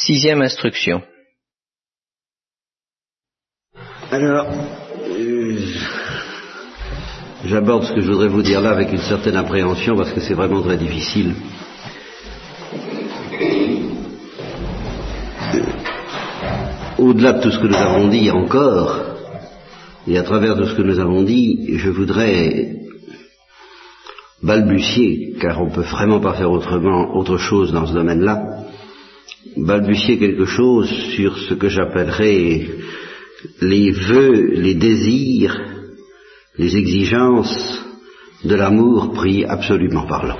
Sixième instruction. Alors, j'aborde ce que je voudrais vous dire là avec une certaine appréhension parce que c'est vraiment très difficile. Au-delà de tout ce que nous avons dit encore, et à travers tout ce que nous avons dit, je voudrais balbutier, car on ne peut vraiment pas faire autre chose dans ce domaine-là, balbutier quelque chose sur ce que j'appellerais les vœux, les désirs, les exigences de l'amour pris absolument parlant.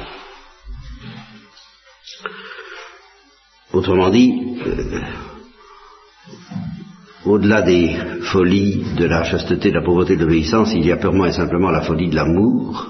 Autrement dit, au-delà des folies de la chasteté, de la pauvreté, de l'obéissance, il y a purement et simplement la folie de l'amour.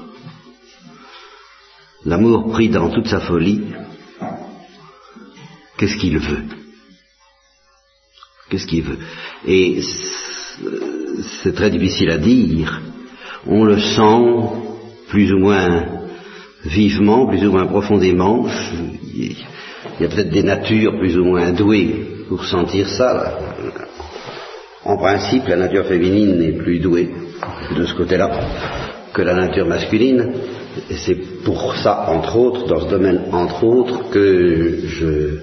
L'amour pris dans toute sa folie, qu'est-ce qu'il veut? Qu'est-ce qu'il veut? Et c'est très difficile à dire. On le sent plus ou moins vivement, plus ou moins profondément. Il y a peut-être des natures plus ou moins douées pour sentir ça. Là. En principe, la nature féminine est plus douée de ce côté-là que la nature masculine. Et c'est pour ça, entre autres, dans ce domaine, entre autres, que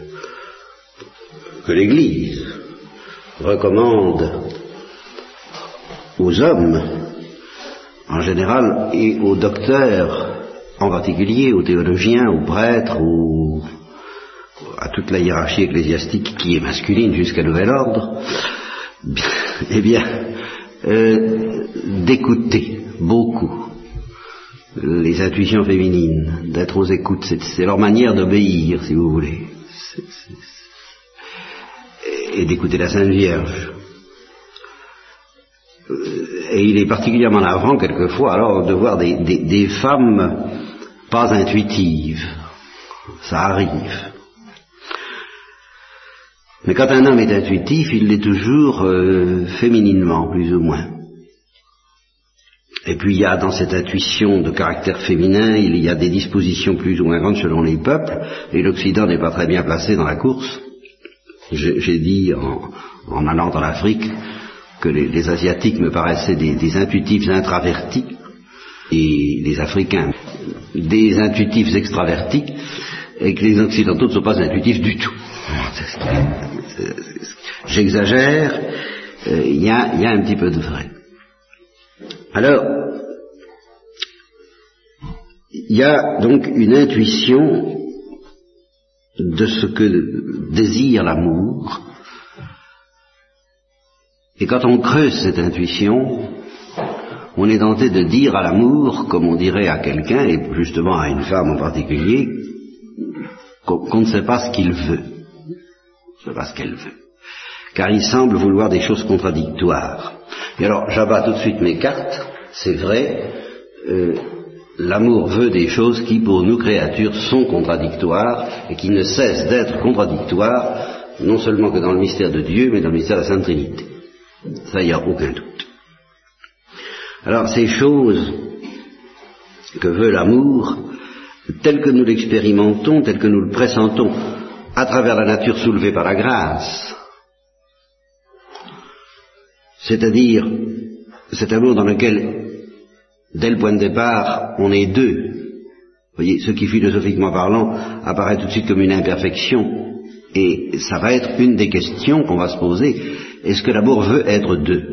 l'Église recommande aux hommes, en général, et aux docteurs, en particulier, aux théologiens, aux prêtres, à toute la hiérarchie ecclésiastique qui est masculine jusqu'à nouvel ordre, eh bien, d'écouter beaucoup les intuitions féminines, d'être aux écoutes, c'est leur manière d'obéir, si vous voulez, et d'écouter la Sainte Vierge. Et il est particulièrement navrant quelquefois alors de voir des femmes pas intuitives. Ça arrive. Mais quand un homme est intuitif, il l'est toujours fémininement, plus ou moins. Et puis il y a dans cette intuition de caractère féminin, il y a des dispositions plus ou moins grandes selon les peuples, et l'Occident n'est pas très bien placé dans la course. J'ai dit en allant en Afrique que les Asiatiques me paraissaient des intuitifs intravertis, et les Africains des intuitifs extravertis, et que les Occidentaux ne sont pas intuitifs du tout. J'exagère, il y a un petit peu de vrai. Alors, il y a donc une intuition de ce que désire l'amour, et quand on creuse cette intuition, on est tenté de dire à l'amour, comme on dirait à quelqu'un, et justement à une femme en particulier, qu'on ne sait pas ce qu'il veut. On ne sait pas ce qu'elle veut. Car il semble vouloir des choses contradictoires. Et alors, j'abats tout de suite mes cartes, c'est vrai, l'amour veut des choses qui, pour nous créatures, sont contradictoires, et qui ne cessent d'être contradictoires, non seulement que dans le mystère de Dieu, mais dans le mystère de la Sainte Trinité. Ça, il n'y a aucun doute. Alors, ces choses que veut l'amour, telles que nous l'expérimentons, telles que nous le pressentons, à travers la nature soulevée par la grâce, c'est-à-dire cet amour dans lequel, dès le point de départ, on est deux. Vous voyez, ce qui, philosophiquement parlant, apparaît tout de suite comme une imperfection. Et ça va être une des questions qu'on va se poser. Est-ce que l'amour veut être deux?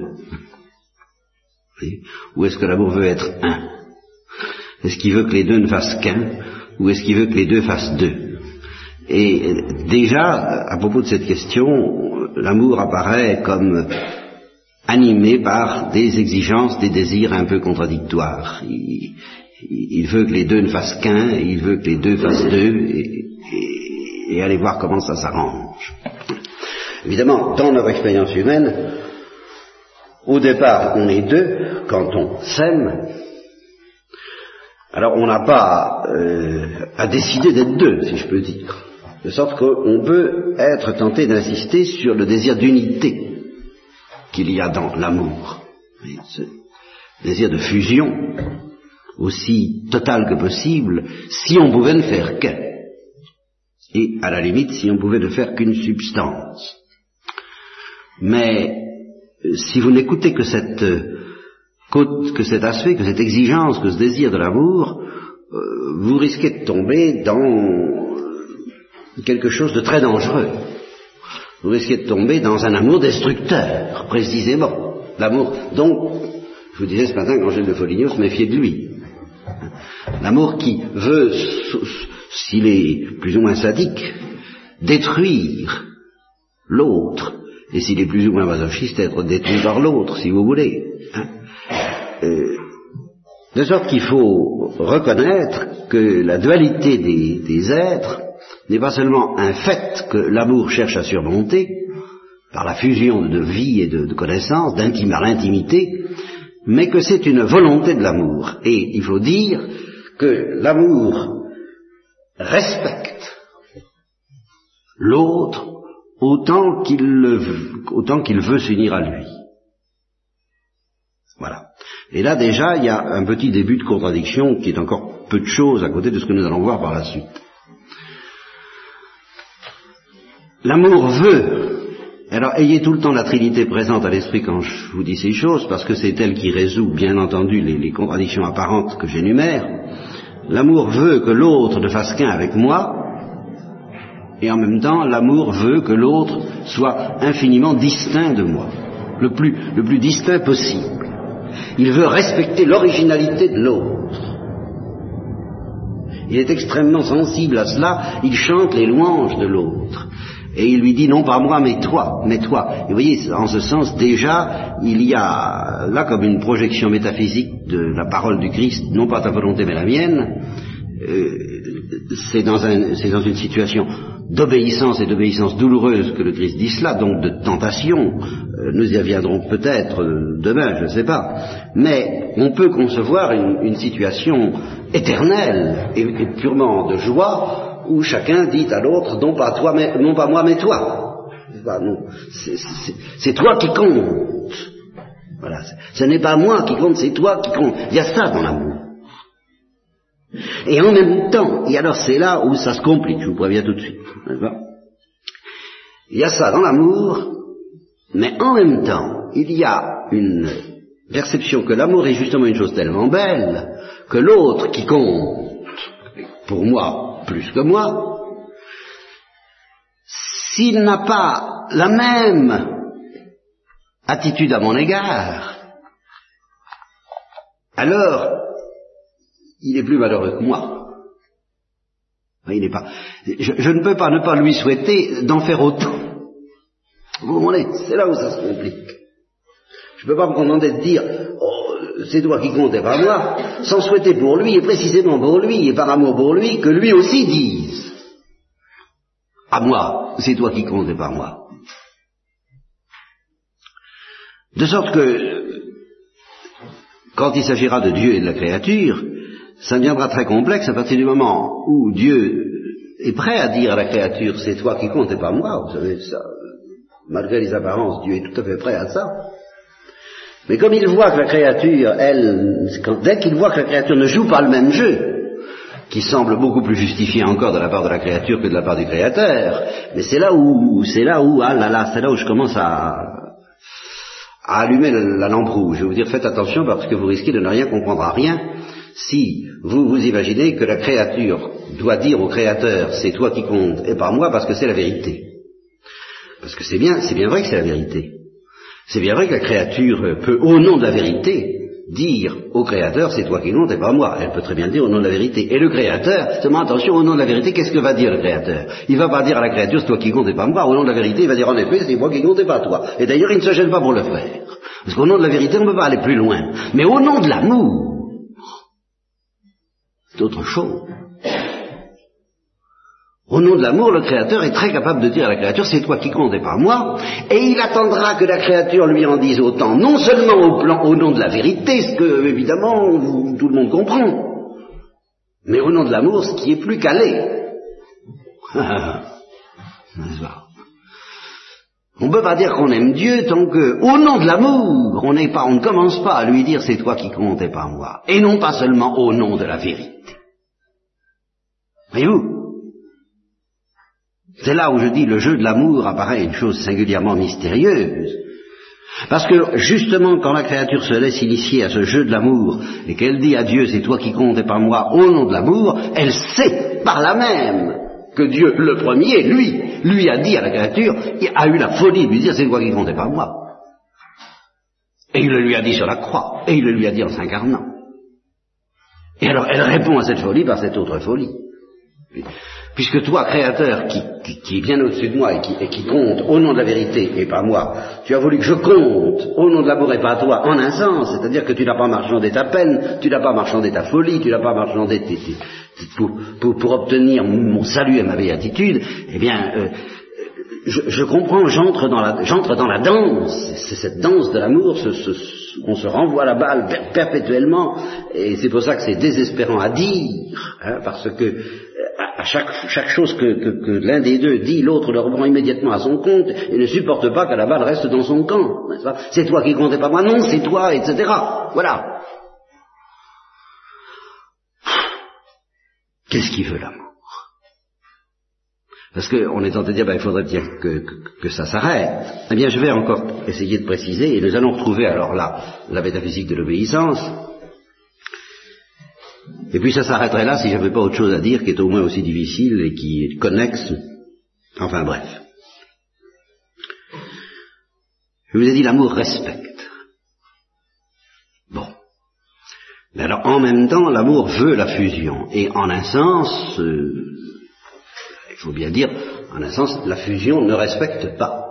Ou est-ce que l'amour veut être un? Est-ce qu'il veut que les deux ne fassent qu'un? Ou est-ce qu'il veut que les deux fassent deux? Et déjà, à propos de cette question, l'amour apparaît comme animé par des exigences, des désirs un peu contradictoires. Il veut que les deux ne fassent qu'un, et il veut que les deux fassent deux, et allez voir comment ça s'arrange. Évidemment, dans notre expérience humaine, au départ, on est deux quand on s'aime. Alors on n'a pas à décider d'être deux, si je peux dire. De sorte qu'on peut être tenté d'insister sur le désir d'unité qu'il y a dans l'amour. Ce désir de fusion, aussi total que possible, si on pouvait ne faire qu'un. et à la limite si on pouvait ne faire qu'une substance. Mais si vous n'écoutez que cet aspect, que cette exigence, que ce désir de l'amour, vous risquez de tomber dans quelque chose de très dangereux. Vous risquez de tomber dans un amour destructeur, précisément. L'amour, donc, je vous disais ce matin qu'Angèle de Foligno se méfiait de lui. L'amour qui veut, s'il est plus ou moins sadique, détruire l'autre, et s'il est plus ou moins masochiste, être détruit par l'autre, si vous voulez. De sorte qu'il faut reconnaître que la dualité des êtres n'est pas seulement un fait que l'amour cherche à surmonter, par la fusion de vie et de connaissance, d'intime à l'intimité, mais que c'est une volonté de l'amour. Et il faut dire que l'amour respecte l'autre autant qu'il veut s'unir à lui. Voilà. Et là déjà, il y a un petit début de contradiction qui est encore peu de choses à côté de ce que nous allons voir par la suite. L'amour veut. Alors, ayez tout le temps la Trinité présente à l'esprit quand je vous dis ces choses, parce que c'est elle qui résout, bien entendu, les contradictions apparentes que j'énumère. L'amour veut que l'autre ne fasse qu'un avec moi, et en même temps, l'amour veut que l'autre soit infiniment distinct de moi, le plus distinct possible. Il veut respecter l'originalité de l'autre. Il est extrêmement sensible à cela, il chante les louanges de l'autre. Et il lui dit, non pas moi, mais toi, mais toi. Et vous voyez, en ce sens, déjà, il y a là comme une projection métaphysique de la parole du Christ, non pas ta volonté, mais la mienne. C'est dans une situation d'obéissance et d'obéissance douloureuse que le Christ dit cela, donc de tentation. Nous y reviendrons peut-être demain, je ne sais pas. Mais on peut concevoir une situation éternelle et purement de joie, où chacun dit à l'autre, non pas toi, mais non pas moi, mais toi. C'est toi qui compte. Voilà. Ce n'est pas moi qui compte, c'est toi qui compte. Il y a ça dans l'amour. Et en même temps, et alors c'est là où ça se complique, je vous préviens tout de suite. Il y a ça dans l'amour, mais en même temps, il y a une perception que l'amour est justement une chose tellement belle, que l'autre qui compte, pour moi, plus que moi, s'il n'a pas la même attitude à mon égard, alors il est plus malheureux que moi. Il n'est pas. Je ne peux pas ne pas lui souhaiter d'en faire autant. Vous comprenez? C'est là où ça se complique. Je ne peux pas me contenter de dire c'est toi qui compte et pas moi, sans souhaiter pour lui, et précisément pour lui, et par amour pour lui, que lui aussi dise à moi, c'est toi qui compte et pas moi. De sorte que, quand il s'agira de Dieu et de la créature, ça deviendra très complexe à partir du moment où Dieu est prêt à dire à la créature, c'est toi qui compte et pas moi. Vous savez, ça, malgré les apparences, Dieu est tout à fait prêt à ça. Mais comme il voit que la créature, dès qu'il voit que la créature ne joue pas le même jeu, qui semble beaucoup plus justifié encore de la part de la créature que de la part du Créateur, mais c'est là où je commence à allumer la lampe rouge. Je vais vous dire, faites attention parce que vous risquez de ne rien comprendre à rien si vous vous imaginez que la créature doit dire au Créateur, c'est toi qui compte et pas moi parce que c'est la vérité. Parce que c'est bien vrai que c'est la vérité. C'est bien vrai que la créature peut, au nom de la vérité, dire au Créateur, c'est toi qui compte et pas moi. Elle peut très bien dire au nom de la vérité. Et le Créateur, seulement attention, au nom de la vérité, qu'est-ce que va dire le Créateur? Il va pas dire à la créature, c'est toi qui compte et pas moi. Au nom de la vérité, il va dire en effet, c'est moi qui compte et pas toi. Et d'ailleurs, il ne se gêne pas pour le faire. Parce qu'au nom de la vérité, on ne peut pas aller plus loin. Mais au nom de l'amour, c'est autre chose. Au nom de l'amour, le Créateur est très capable de dire à la créature, c'est toi qui compte et pas moi, et il attendra que la créature lui en dise autant, non seulement au nom de la vérité, ce que, évidemment, tout le monde comprend, mais au nom de l'amour, ce qui est plus calé. On ne peut pas dire qu'on aime Dieu tant que, au nom de l'amour, on ne commence pas à lui dire, c'est toi qui compte et pas moi, et non pas seulement au nom de la vérité. Voyez-vous? C'est là où je dis le jeu de l'amour apparaît une chose singulièrement mystérieuse. Parce que justement quand la créature se laisse initier à ce jeu de l'amour et qu'elle dit à Dieu c'est toi qui comptes et pas moi au nom de l'amour, elle sait par là même que Dieu le premier, lui a dit à la créature, il a eu la folie de lui dire c'est toi qui comptes et pas moi. Et il le lui a dit sur la croix, et il le lui a dit en s'incarnant. Et alors elle répond à cette folie par cette autre folie. Puisque toi, créateur, qui est bien au-dessus de moi et qui compte au nom de la vérité et pas moi, tu as voulu que je compte au nom de l'amour et pas toi, en un sens, c'est-à-dire que tu n'as pas marchandé ta peine, tu n'as pas marchandé ta folie, tu n'as pas marchandé pour obtenir mon salut et ma béatitude, eh bien, je comprends, j'entre dans la danse, c'est cette danse de l'amour, on se renvoie la balle perpétuellement, et c'est pour ça que c'est désespérant à dire, hein, parce que à chaque chose que l'un des deux dit, l'autre le reprend immédiatement à son compte et ne supporte pas que la balle reste dans son camp. N'est-ce pas ? C'est toi qui comptes et pas moi, non, c'est toi, etc. Voilà. Qu'est-ce qu'il veut l'amour ? Parce qu'on est en train de dire, il faudrait bien que ça s'arrête. Eh bien, je vais encore essayer de préciser, et nous allons retrouver alors là la métaphysique de l'obéissance. Et puis ça s'arrêterait là si je n'avais pas autre chose à dire qui est au moins aussi difficile et qui est connexe. Enfin bref. Je vous ai dit l'amour respecte. Bon. Mais alors en même temps, l'amour veut la fusion. Et en un sens, il faut bien dire, en un sens, la fusion ne respecte pas.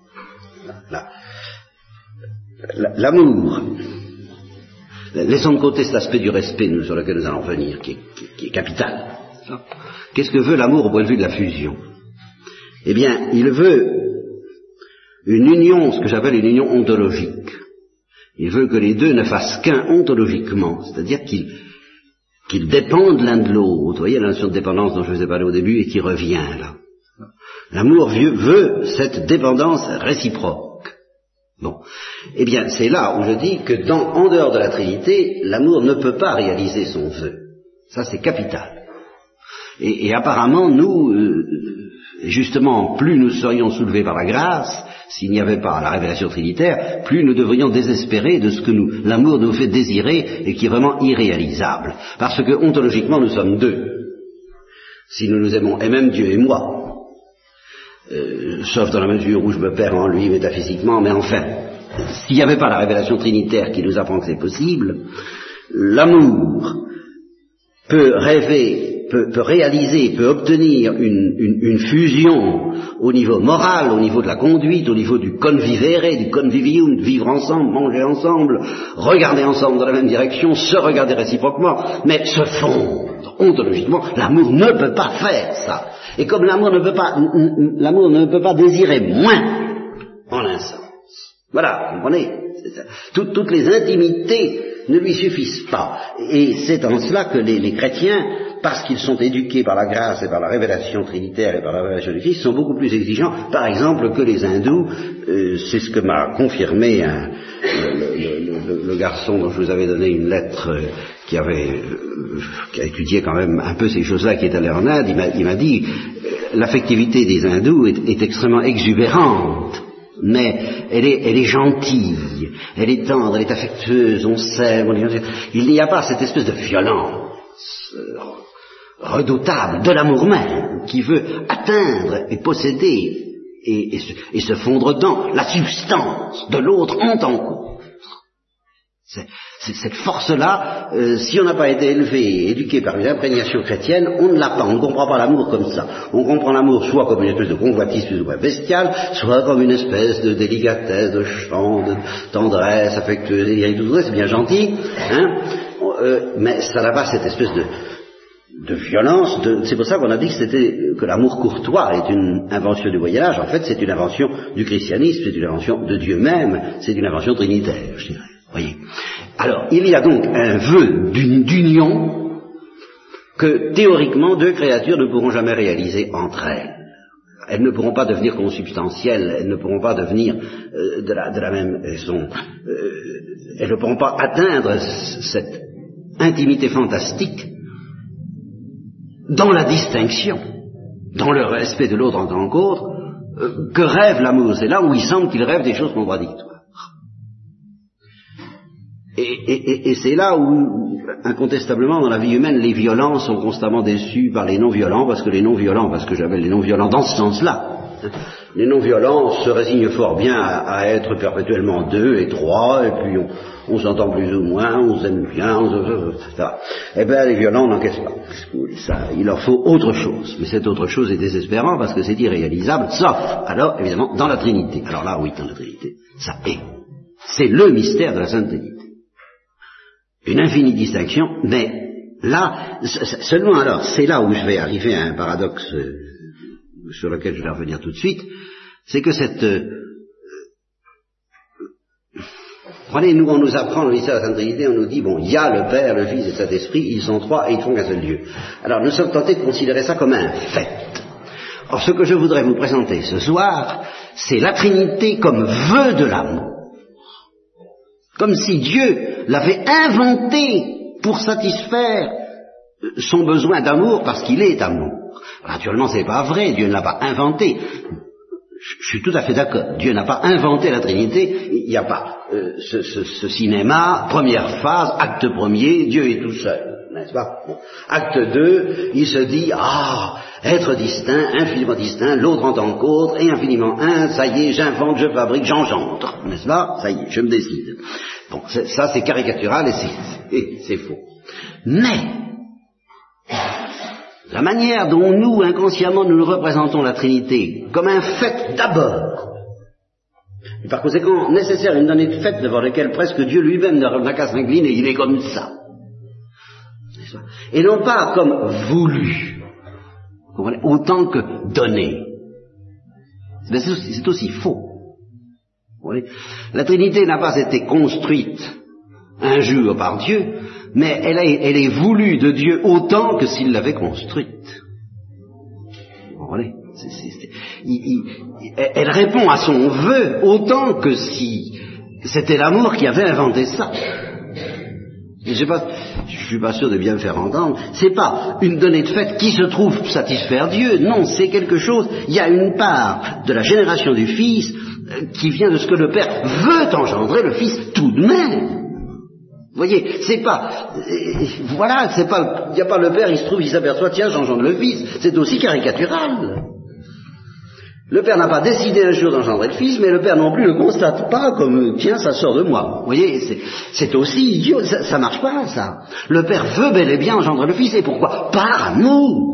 L'amour. Laissons de côté cet aspect du respect sur lequel nous allons venir, qui est capital. Qu'est-ce que veut l'amour au point de vue de la fusion ? Eh bien, il veut une union, ce que j'appelle une union ontologique. Il veut que les deux ne fassent qu'un ontologiquement, c'est-à-dire qu'ils dépendent l'un de l'autre. Vous voyez la notion de dépendance dont je vous ai parlé au début et qui revient là. L'amour veut cette dépendance réciproque. Bon, eh bien, c'est là où je dis que en dehors de la Trinité, l'amour ne peut pas réaliser son vœu. Ça, c'est capital. Et apparemment, nous, justement, plus nous serions soulevés par la grâce, s'il n'y avait pas la révélation trinitaire, plus nous devrions désespérer de ce que l'amour nous fait désirer et qui est vraiment irréalisable. Parce que, ontologiquement, nous sommes deux. Si nous nous aimons, et même Dieu et moi, sauf dans la mesure où je me perds en lui métaphysiquement, mais enfin, s'il n'y avait pas la révélation trinitaire qui nous apprend que c'est possible, l'amour peut réaliser, peut obtenir une fusion au niveau moral, au niveau de la conduite, au niveau du convivere, du convivium, vivre ensemble, manger ensemble, regarder ensemble dans la même direction, se regarder réciproquement, mais se fondre ontologiquement. L'amour ne peut pas faire ça. Et comme l'amour ne peut pas désirer moins, en un sens. Voilà, vous comprenez ? Toutes les intimités ne lui suffisent pas. Et c'est en cela que les chrétiens, parce qu'ils sont éduqués par la grâce et par la révélation trinitaire et par la révélation du Fils, sont beaucoup plus exigeants, par exemple, que les hindous. C'est ce que m'a confirmé le garçon dont je vous avais donné une lettre qui a étudié quand même un peu ces choses-là, qui est allé en Inde. Il m'a dit, l'affectivité des hindous est extrêmement exubérante. Mais elle est gentille, elle est tendre, elle est affectueuse, on s'aime, il n'y a pas cette espèce de violence redoutable de l'amour même qui veut atteindre et posséder et se fondre dans la substance de l'autre en tant qu'autre. C'est cette force-là, si on n'a pas été élevé, éduqué par une imprégnation chrétienne, on ne l'a pas, on ne comprend pas l'amour comme ça. On comprend l'amour soit comme une espèce de convoitise plus ou moins bestiale, soit comme une espèce de délicatesse, de chant, de tendresse, affectueuse, tout ça, c'est bien gentil, hein, mais ça n'a pas cette espèce de violence, c'est pour ça qu'on a dit que l'amour courtois est une invention du Moyen-Âge. En fait, c'est une invention du christianisme, c'est une invention de Dieu même, c'est une invention trinitaire, je dirais. Voyez. Alors, il y a donc un vœu d'union que, théoriquement, deux créatures ne pourront jamais réaliser entre elles. Elles ne pourront pas devenir consubstantielles, elles ne pourront pas devenir de la même raison. Elles ne pourront pas atteindre cette intimité fantastique dans la distinction dans le respect de l'autre en tant qu'autre, que rêve l'amour. C'est là où il semble qu'il rêve des choses contradictoires. Et c'est là où, incontestablement, dans la vie humaine, les violents sont constamment déçus par les non-violents, parce que j'appelle les non-violents dans ce sens-là, les non-violents se résignent fort bien à être perpétuellement 2 et 3, et puis on s'entend plus ou moins, on s'aime bien, etc. Eh bien, les violents n'encaissent pas. Ça, il leur faut autre chose. Mais cette autre chose est désespérant parce que c'est irréalisable, sauf, alors, évidemment, dans la Trinité. Alors là, oui, dans la Trinité, ça est. C'est le mystère de la Sainte Trinité. Une infinie distinction, mais là, seulement alors, c'est là où je vais arriver à un paradoxe sur lequel je vais revenir tout de suite, c'est que prenez, nous, on nous apprend le mystère de la Sainte Trinité, on nous dit, bon, il y a le Père, le Fils et le Saint-Esprit, ils sont 3 et ils font qu'un seul Dieu. Alors, nous sommes tentés de considérer ça comme un fait. Or, ce que je voudrais vous présenter ce soir, c'est la Trinité comme vœu de l'amour. Comme si Dieu l'avait inventé pour satisfaire son besoin d'amour parce qu'il est amour. Naturellement, c'est pas vrai, Dieu ne l'a pas inventé. Je suis tout à fait d'accord. Dieu n'a pas inventé la Trinité, il n'y a pas ce cinéma, première phase, acte premier, Dieu est tout seul, n'est-ce pas? Bon. Acte 2, il se dit, être distinct, infiniment distinct, l'autre en tant qu'autre, et infiniment un, ça y est, j'invente, je fabrique, j'engendre, n'est-ce pas? Ça y est, je me décide. Bon, ça c'est caricatural et c'est faux. Mais, la manière dont nous, inconsciemment, nous représentons la Trinité, comme un fait d'abord, et par conséquent nécessaire une donnée de fait devant laquelle presque Dieu lui-même n'a qu'à s'incliner, il est comme ça. Et non pas comme voulu, autant que donné. C'est aussi faux. La Trinité n'a pas été construite un jour par Dieu, mais elle est voulue de Dieu autant que s'il l'avait construite. Vous comprenez ? Elle répond à son vœu autant que si c'était l'amour qui avait inventé ça. Je suis pas sûr de bien me faire entendre. C'est pas une donnée de fait qui se trouve satisfaire Dieu. Non, c'est quelque chose. Il y a une part de la génération du Fils qui vient de ce que le Père veut engendrer le Fils tout de même. Vous voyez, c'est pas, voilà, c'est pas, il n'y a pas le Père, il s'aperçoit, tiens, j'engendre le Fils. C'est aussi caricatural. Le Père n'a pas décidé un jour d'engendrer le Fils, mais le Père non plus ne constate pas comme, tiens, ça sort de moi. Vous voyez, c'est aussi idiot, ça marche pas, ça. Le Père veut bel et bien engendrer le Fils, et pourquoi? Par amour.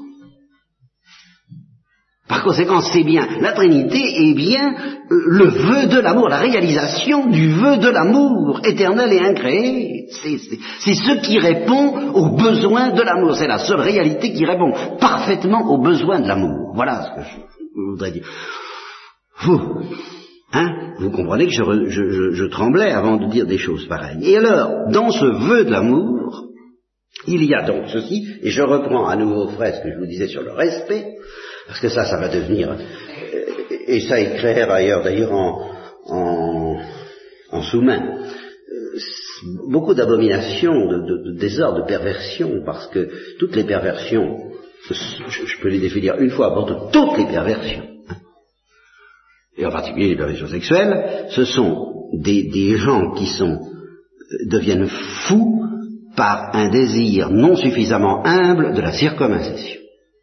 Par conséquent, c'est bien, la Trinité est bien le vœu de l'amour, la réalisation du vœu de l'amour, éternel et incréé. C'est ce qui répond aux besoins de l'amour. C'est la seule réalité qui répond parfaitement aux besoins de l'amour. Voilà ce que je voudrais dire. Vous comprenez que je tremblais avant de dire des choses pareilles. Et alors, dans ce vœu de l'amour, il y a donc ceci, et je reprends à nouveau frais ce que je vous disais sur le respect, parce que ça va devenir, et ça éclaire d'ailleurs en sous-main, beaucoup d'abominations, de désordre, de perversions, parce que toutes les perversions, je peux les définir une fois pour toutes les perversions, et en particulier les perversions sexuelles, ce sont des gens qui deviennent fous par un désir non suffisamment humble de la circoncision.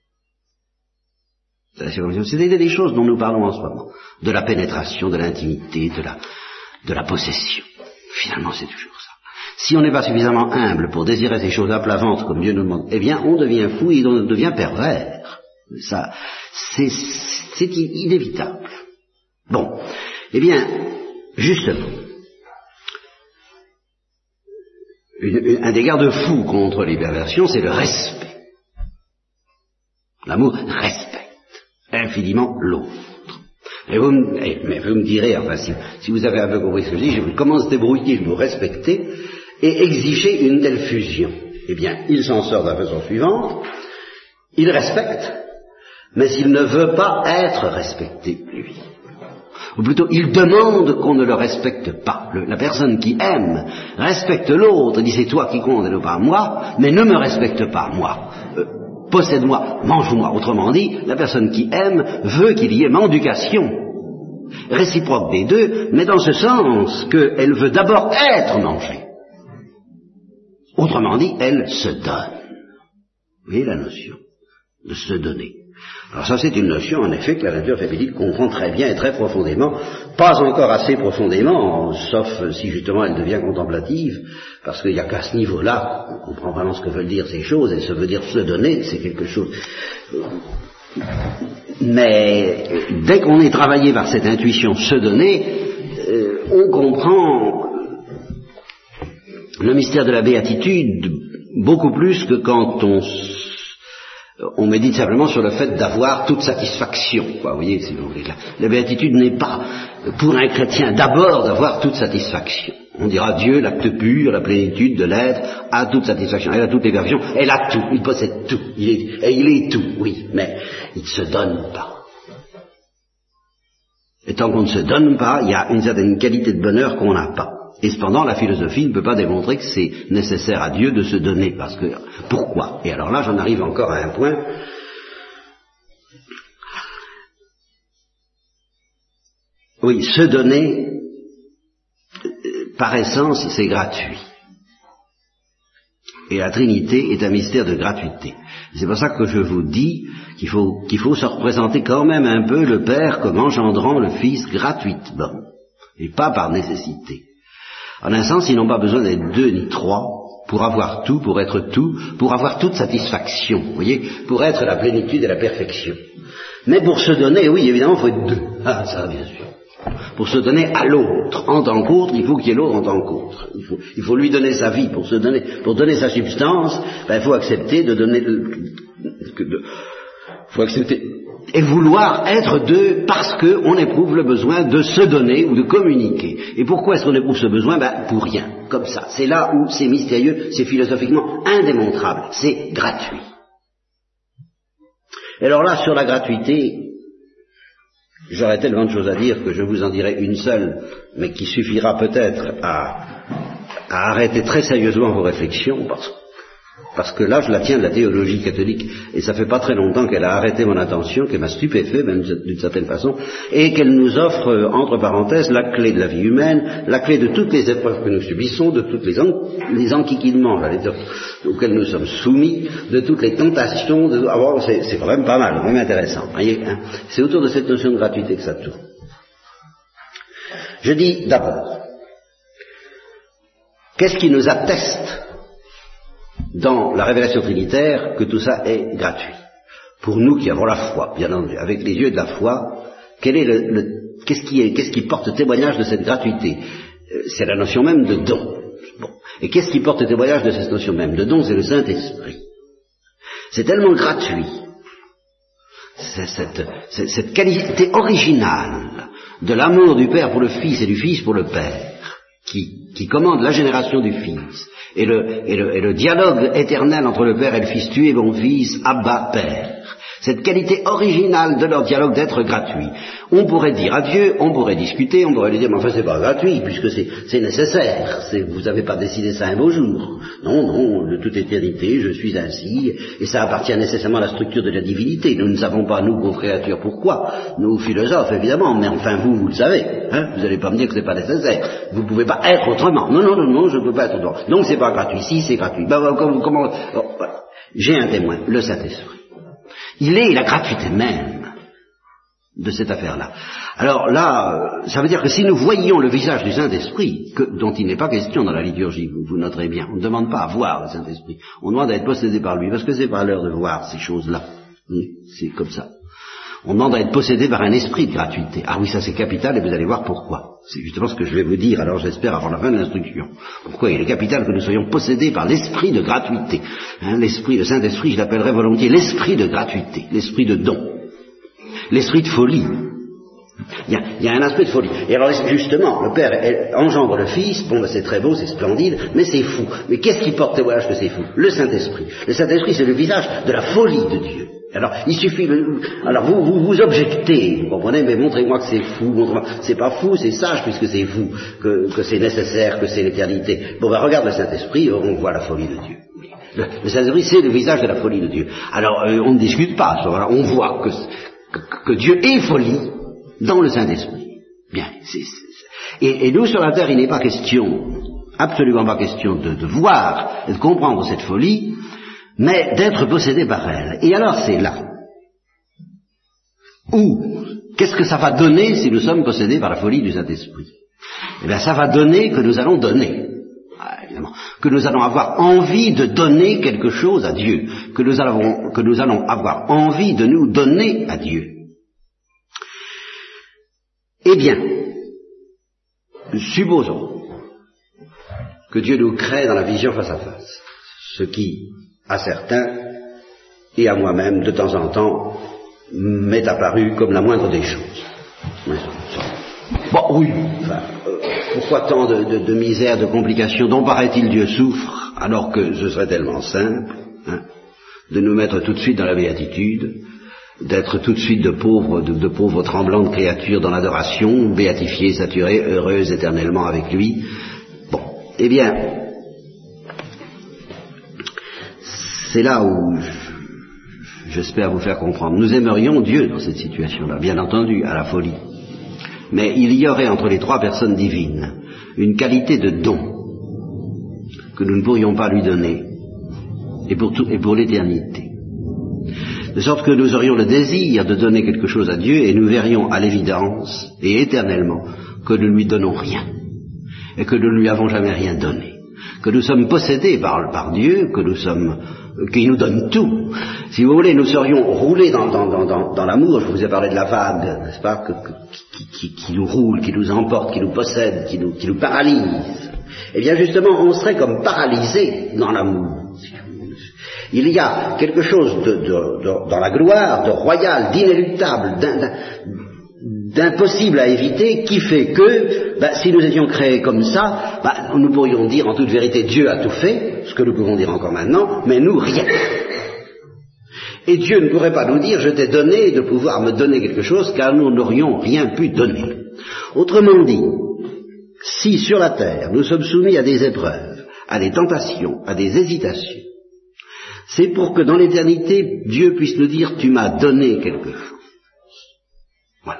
C'est des choses dont nous parlons en ce moment, de la pénétration, de l'intimité, de la possession. Finalement, c'est toujours ça. Si on n'est pas suffisamment humble pour désirer ces choses à plat ventre comme Dieu nous demande, eh bien, on devient fou et on devient pervers. Ça, c'est inévitable. Bon, eh bien, justement, un des garde-fous contre les perversions, c'est le respect. L'amour respecte infiniment l'autre. Mais vous me direz, enfin, si vous avez un peu compris ce que je dis, comment se débrouiller de vous respecter et exiger une telle fusion? Eh bien, il s'en sort de la façon suivante, il respecte, mais il ne veut pas être respecté, lui. Ou plutôt, il demande qu'on ne le respecte pas. La personne qui aime respecte l'autre, dit c'est toi qui compte et non pas moi, mais ne me respecte pas, moi. possède-moi, mange-moi. Autrement dit, la personne qui aime veut qu'il y ait mendication réciproque des deux, mais dans ce sens qu'elle veut d'abord être mangée. Autrement dit, elle se donne. Vous voyez la notion de se donner. Alors ça, c'est une notion, en effet, que la nature féminine comprend très bien et très profondément, pas encore assez profondément, sauf si justement elle devient contemplative, parce qu'il n'y a qu'à ce niveau-là, on comprend vraiment ce que veulent dire ces choses, et ça veut dire se donner, c'est quelque chose. Mais dès qu'on est travaillé par cette intuition se donner, on comprend le mystère de la béatitude beaucoup plus que quand on médite simplement sur le fait d'avoir toute satisfaction, quoi. Vous voyez, si vous voulez, la béatitude n'est pas pour un chrétien d'abord d'avoir toute satisfaction. On dira Dieu, l'acte pur, la plénitude de l'être, a toute satisfaction. Elle a toutes les versions, elle a tout, il possède tout, il est tout, oui, mais il ne se donne pas. Et tant qu'on ne se donne pas, il y a une certaine qualité de bonheur qu'on n'a pas. Et cependant, la philosophie ne peut pas démontrer que c'est nécessaire à Dieu de se donner, parce que, pourquoi? Et alors là, j'en arrive encore à un point. Oui, se donner, par essence, c'est gratuit. Et la Trinité est un mystère de gratuité. C'est pour ça que je vous dis qu'il faut se représenter quand même un peu le Père comme engendrant le Fils gratuitement, et pas par nécessité. En un sens, ils n'ont pas besoin d'être deux ni trois pour avoir tout, pour être tout, pour avoir toute satisfaction, vous voyez, pour être la plénitude et la perfection. Mais pour se donner, oui, évidemment, il faut être deux. Ah, ça, bien sûr. Pour se donner à l'autre, en tant qu'autre, il faut qu'il y ait l'autre en tant qu'autre. Il faut lui donner sa vie, pour donner sa substance, il faut accepter de donner faut accepter et vouloir être deux parce qu'on éprouve le besoin de se donner ou de communiquer. Et pourquoi est-ce qu'on éprouve ce besoin? Pour rien, comme ça. C'est là où c'est mystérieux, c'est philosophiquement indémontrable, c'est gratuit. Et alors là, sur la gratuité, j'aurais tellement de choses à dire que je vous en dirai une seule, mais qui suffira peut-être à arrêter très sérieusement vos réflexions, parce que là, je la tiens de la théologie catholique, et ça fait pas très longtemps qu'elle a arrêté mon attention, qu'elle m'a stupéfait, même d'une certaine façon, et qu'elle nous offre, entre parenthèses, la clé de la vie humaine, la clé de toutes les épreuves que nous subissons, de toutes les enquiquinements, j'allais dire, auxquels nous sommes soumis, de toutes les tentations, c'est quand même pas mal, quand même intéressant, voyez, hein. C'est autour de cette notion de gratuité que ça tourne. Je dis d'abord, qu'est-ce qui nous atteste dans la révélation trinitaire que tout ça est gratuit? Pour nous qui avons la foi, bien entendu, avec les yeux de la foi, qu'est-ce qui porte témoignage de cette gratuité? C'est la notion même de don. Bon. Et qu'est-ce qui porte témoignage de cette notion même de don? C'est le Saint-Esprit. C'est tellement gratuit, cette qualité originale de l'amour du Père pour le Fils et du Fils pour le Père, qui commande la génération du Fils, et le dialogue éternel entre le Père et le Fils, tu es mon Fils, Abba Père. Cette qualité originale de leur dialogue d'être gratuit. On pourrait dire à Dieu, on pourrait discuter, on pourrait lui dire, mais enfin c'est pas gratuit, puisque c'est nécessaire, vous n'avez pas décidé ça un beau jour. Non, de toute éternité, je suis ainsi, et ça appartient nécessairement à la structure de la divinité. Nous ne savons pas, nous, pauvres créatures, pourquoi. Nous, philosophes, évidemment, mais enfin vous le savez, hein, vous n'allez pas me dire que c'est pas nécessaire. Vous ne pouvez pas être autrement. Non, je ne peux pas être autrement. Donc c'est pas gratuit. Si, c'est gratuit. Comment j'ai un témoin, le Saint-Esprit. Il est la gratuité même de cette affaire-là. Alors là, ça veut dire que si nous voyions le visage du Saint-Esprit, dont il n'est pas question dans la liturgie, vous noterez bien, on ne demande pas à voir le Saint-Esprit, on demande à être possédé par lui, parce que c'est pas l'heure de voir ces choses-là. C'est comme ça. On demande à être possédé par un esprit de gratuité. Ah oui, ça c'est capital, et vous allez voir pourquoi. C'est justement ce que je vais vous dire, alors j'espère avant la fin de l'instruction. Pourquoi il est capital que nous soyons possédés par l'esprit de gratuité. L'esprit, le Saint-Esprit, je l'appellerais volontiers l'esprit de gratuité, l'esprit de don, l'esprit de folie. Il y a un aspect de folie. Et alors justement, le Père engendre le Fils, bon c'est très beau, c'est splendide, mais c'est fou. Mais qu'est-ce qui porte témoignage que c'est fou? Le Saint-Esprit. Le Saint-Esprit, c'est le visage de la folie de Dieu. Alors, il suffit alors vous objectez, vous comprenez, mais montrez-moi que c'est fou, c'est pas fou, c'est sage puisque c'est vous, que c'est nécessaire, que c'est l'éternité. Bon, regarde le Saint-Esprit, on voit la folie de Dieu. Le Saint-Esprit, c'est le visage de la folie de Dieu. Alors, on ne discute pas, voilà, on voit que Dieu est folie dans le Saint-Esprit. Bien, et nous, sur la terre, il n'est pas question, absolument pas question de voir et de comprendre cette folie, mais d'être possédé par elle. Et alors, c'est là où, qu'est-ce que ça va donner si nous sommes possédés par la folie du Saint-Esprit? Eh bien, ça va donner que nous allons donner. Évidemment, que nous allons avoir envie de donner quelque chose à Dieu, que nous allons avoir envie de nous donner à Dieu. Eh bien, supposons que Dieu nous crée dans la vision face à face, ce qui, à certains, et à moi-même, de temps en temps, m'est apparu comme la moindre des choses. Bon, oui, enfin, pourquoi tant de misère, de complications, dont paraît-il Dieu souffre, alors que ce serait tellement simple, de nous mettre tout de suite dans la béatitude, d'être tout de suite de pauvres tremblantes créatures dans l'adoration, béatifiées, saturées, heureuses éternellement avec lui. Bon, eh bien, c'est là où j'espère vous faire comprendre. Nous aimerions Dieu dans cette situation-là, bien entendu, à la folie. Mais il y aurait entre les trois personnes divines une qualité de don que nous ne pourrions pas lui donner, et pour l'éternité. De sorte que nous aurions le désir de donner quelque chose à Dieu, et nous verrions à l'évidence, et éternellement, que nous ne lui donnons rien, et que nous ne lui avons jamais rien donné, que nous sommes possédés par Dieu, qu'il nous donne tout. Si vous voulez, nous serions roulés dans l'amour. Je vous ai parlé de la vague, n'est-ce pas, qui nous roule, qui nous emporte, qui nous possède, qui nous paralyse. Eh bien justement, on serait comme paralysés dans l'amour. Il y a quelque chose dans la gloire, de royal, d'inéluctable, d'impossible à éviter, qui fait que, si nous étions créés comme ça, nous pourrions dire en toute vérité Dieu a tout fait, ce que nous pouvons dire encore maintenant, mais nous rien. Et Dieu ne pourrait pas nous dire je t'ai donné de pouvoir me donner quelque chose, car nous n'aurions rien pu donner. Autrement dit, si sur la terre nous sommes soumis à des épreuves, à des tentations, à des hésitations, c'est pour que dans l'éternité Dieu puisse nous dire tu m'as donné quelque chose. Voilà.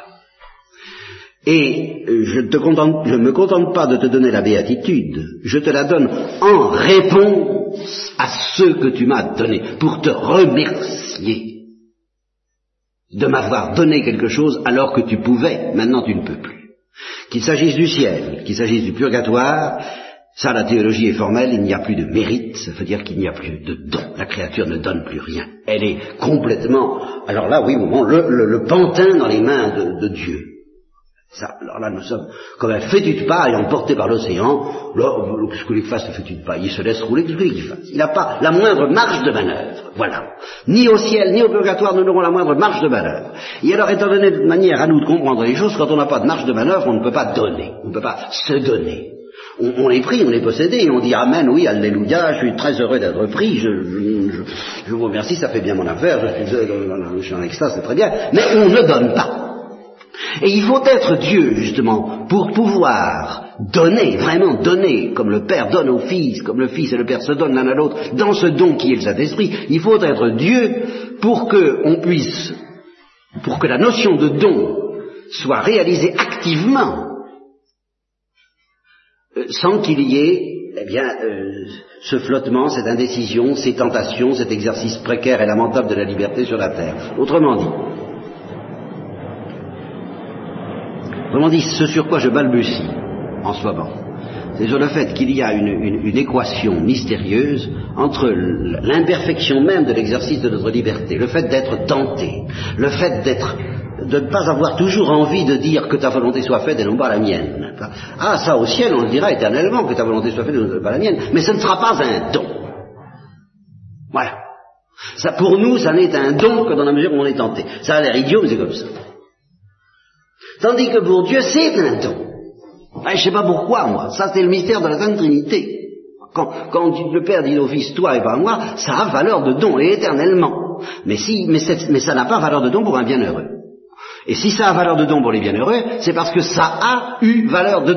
Et je ne me contente pas de te donner la béatitude, je te la donne en réponse à ce que tu m'as donné, pour te remercier de m'avoir donné quelque chose alors que tu pouvais, maintenant tu ne peux plus. Qu'il s'agisse du ciel, qu'il s'agisse du purgatoire, ça la théologie est formelle, il n'y a plus de mérite, ça veut dire qu'il n'y a plus de don, la créature ne donne plus rien, elle est complètement, alors là oui, le pantin dans les mains de Dieu. Ça, alors là, nous sommes comme un fétu de paille emporté par l'océan. Là, qu'est-ce que qu'il fasse le fétu de paille? Il se laisse rouler, qu'est-ce qu'il fasse? Il n'a pas la moindre marge de manœuvre. Voilà. Ni au ciel, ni au purgatoire, nous n'aurons la moindre marge de manœuvre. Et alors, étant donné de manière à nous de comprendre les choses, quand on n'a pas de marge de manœuvre, on ne peut pas donner. On ne peut pas se donner. On est pris, on est possédé, et on dit Amen, oui, Alléluia, je suis très heureux d'être pris, je vous remercie, ça fait bien mon affaire, je suis en extase, c'est très bien, mais on ne donne pas. Et il faut être Dieu, justement, pour pouvoir donner, vraiment donner, comme le Père donne au Fils, comme le Fils et le Père se donnent l'un à l'autre, dans ce don qui est le Saint-Esprit, il faut être Dieu pour que la notion de don soit réalisée activement, sans qu'il y ait, ce flottement, cette indécision, ces tentations, cet exercice précaire et lamentable de la liberté sur la terre. Autrement dit, ce sur quoi je balbutie en ce moment, c'est sur le fait qu'il y a une équation mystérieuse entre l'imperfection même de l'exercice de notre liberté, le fait d'être tenté, le fait de ne pas avoir toujours envie de dire que ta volonté soit faite et non pas la mienne. Ah, ça au ciel, on le dira éternellement, que ta volonté soit faite et non pas la mienne, mais ce ne sera pas un don. Voilà. Ça, pour nous, ça n'est un don que dans la mesure où on est tenté. Ça a l'air idiot, mais c'est comme ça. Tandis que pour Dieu, c'est un don. Je ne sais pas pourquoi, moi. Ça, c'est le mystère de la Sainte Trinité. Quand le Père dit au Fils, toi et pas moi, ça a valeur de don, et éternellement. Mais ça n'a pas valeur de don pour un bienheureux. Et si ça a valeur de don pour les bienheureux, c'est parce que ça a eu valeur de don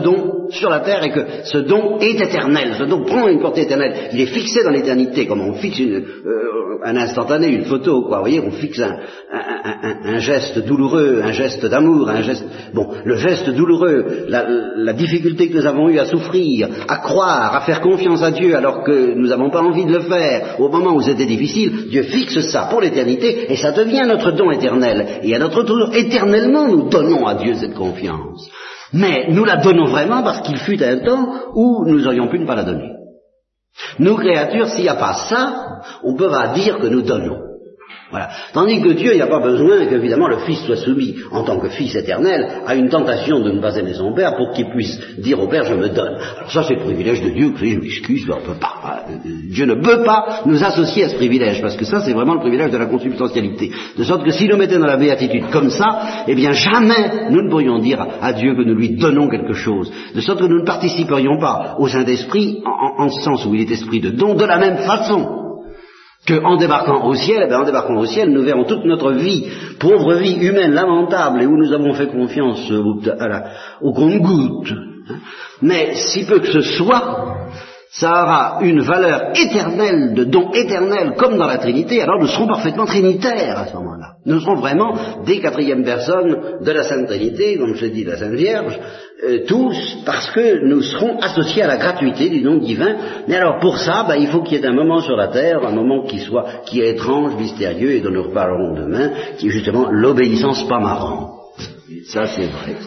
sur la terre et que ce don est éternel, ce don prend une portée éternelle. Il est fixé dans l'éternité, comme on fixe un instantané, une photo, quoi. Vous voyez, on fixe un geste douloureux, un geste d'amour, un geste... Bon, le geste douloureux, la difficulté que nous avons eu à souffrir, à croire, à faire confiance à Dieu alors que nous n'avons pas envie de le faire, au moment où c'était difficile, Dieu fixe ça pour l'éternité et ça devient notre don éternel. Et à notre tour, éternellement, nous donnons à Dieu cette confiance. Mais nous la donnons vraiment parce qu'il fut un temps où nous aurions pu ne pas la donner. Nous, créatures, s'il n'y a pas ça, on peut pas dire que nous donnons. Voilà. Tandis que Dieu, il n'y a pas besoin qu'évidemment le Fils soit soumis, en tant que Fils éternel, à une tentation de ne pas aimer son Père pour qu'il puisse dire au Père, je me donne. Alors ça, c'est le privilège de Dieu, je m'excuse, on peut pas. Dieu ne peut pas nous associer à ce privilège, parce que ça, c'est vraiment le privilège de la consubstantialité. De sorte que s'il nous mettait dans la béatitude comme ça, eh bien jamais nous ne pourrions dire à Dieu que nous lui donnons quelque chose. De sorte que nous ne participerions pas au Saint-Esprit, en ce sens où il est esprit de don, de la même façon. Qu'en débarquant au ciel, nous verrons toute notre vie, pauvre vie humaine lamentable, et où nous avons fait confiance au compte-gouttes. Mais si peu que ce soit, ça aura une valeur éternelle, de don éternel, comme dans la Trinité, alors nous serons parfaitement trinitaires à ce moment-là. Nous serons vraiment des quatrièmes personnes de la Sainte Trinité, comme je l'ai dit, de la Sainte Vierge, tous, parce que nous serons associés à la gratuité du don divin. Mais alors pour ça, il faut qu'il y ait un moment sur la terre, un moment qui est étrange, mystérieux, et dont nous reparlerons demain, qui est justement l'obéissance pas marrant. Ça c'est vrai.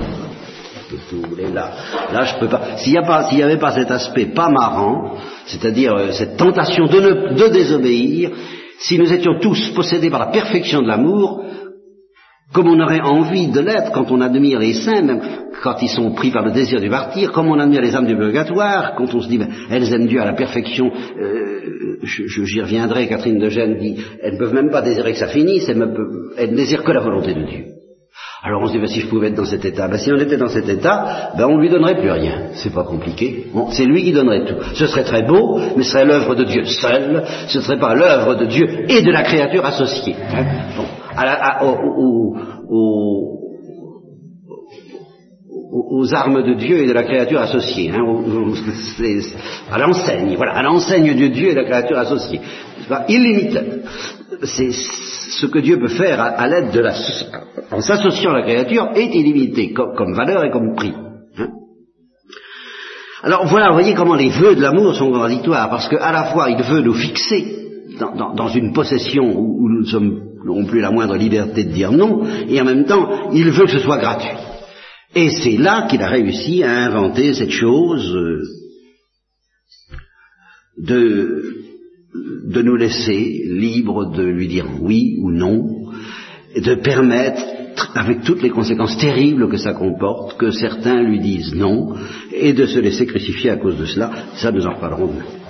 Là, je peux pas. S'il n'y avait pas cet aspect pas marrant, c'est-à-dire cette tentation de désobéir, si nous étions tous possédés par la perfection de l'amour, comme on aurait envie de l'être quand on admire les saints, même quand ils sont pris par le désir du martyr, comme on admire les âmes du purgatoire, quand on se dit, elles aiment Dieu à la perfection, j'y reviendrai, Catherine de Gênes dit, elles ne peuvent même pas désirer que ça finisse, elles ne désirent que la volonté de Dieu. Alors on se dit, si je pouvais être dans cet état, si on était dans cet état, on ne lui donnerait plus rien. C'est pas compliqué. Bon, c'est lui qui donnerait tout. Ce serait très beau, mais ce serait l'œuvre de Dieu seul, ce ne serait pas l'œuvre de Dieu et de la créature associée. Bon, aux armes de Dieu et de la créature associée, à l'enseigne, voilà, à l'enseigne de Dieu et de la créature associée. C'est pas illimité. C'est ce que Dieu peut faire à l'aide de en s'associant à la créature est illimité, comme valeur et comme prix. Alors voilà, vous voyez comment les vœux de l'amour sont contradictoires, parce qu'à la fois il veut nous fixer dans une possession où nous n'avons plus la moindre liberté de dire non, et en même temps il veut que ce soit gratuit. Et c'est là qu'il a réussi à inventer cette chose de nous laisser libres de lui dire oui ou non, et de permettre, avec toutes les conséquences terribles que ça comporte, que certains lui disent non, et de se laisser crucifier à cause de cela. Ça, nous en reparlerons demain.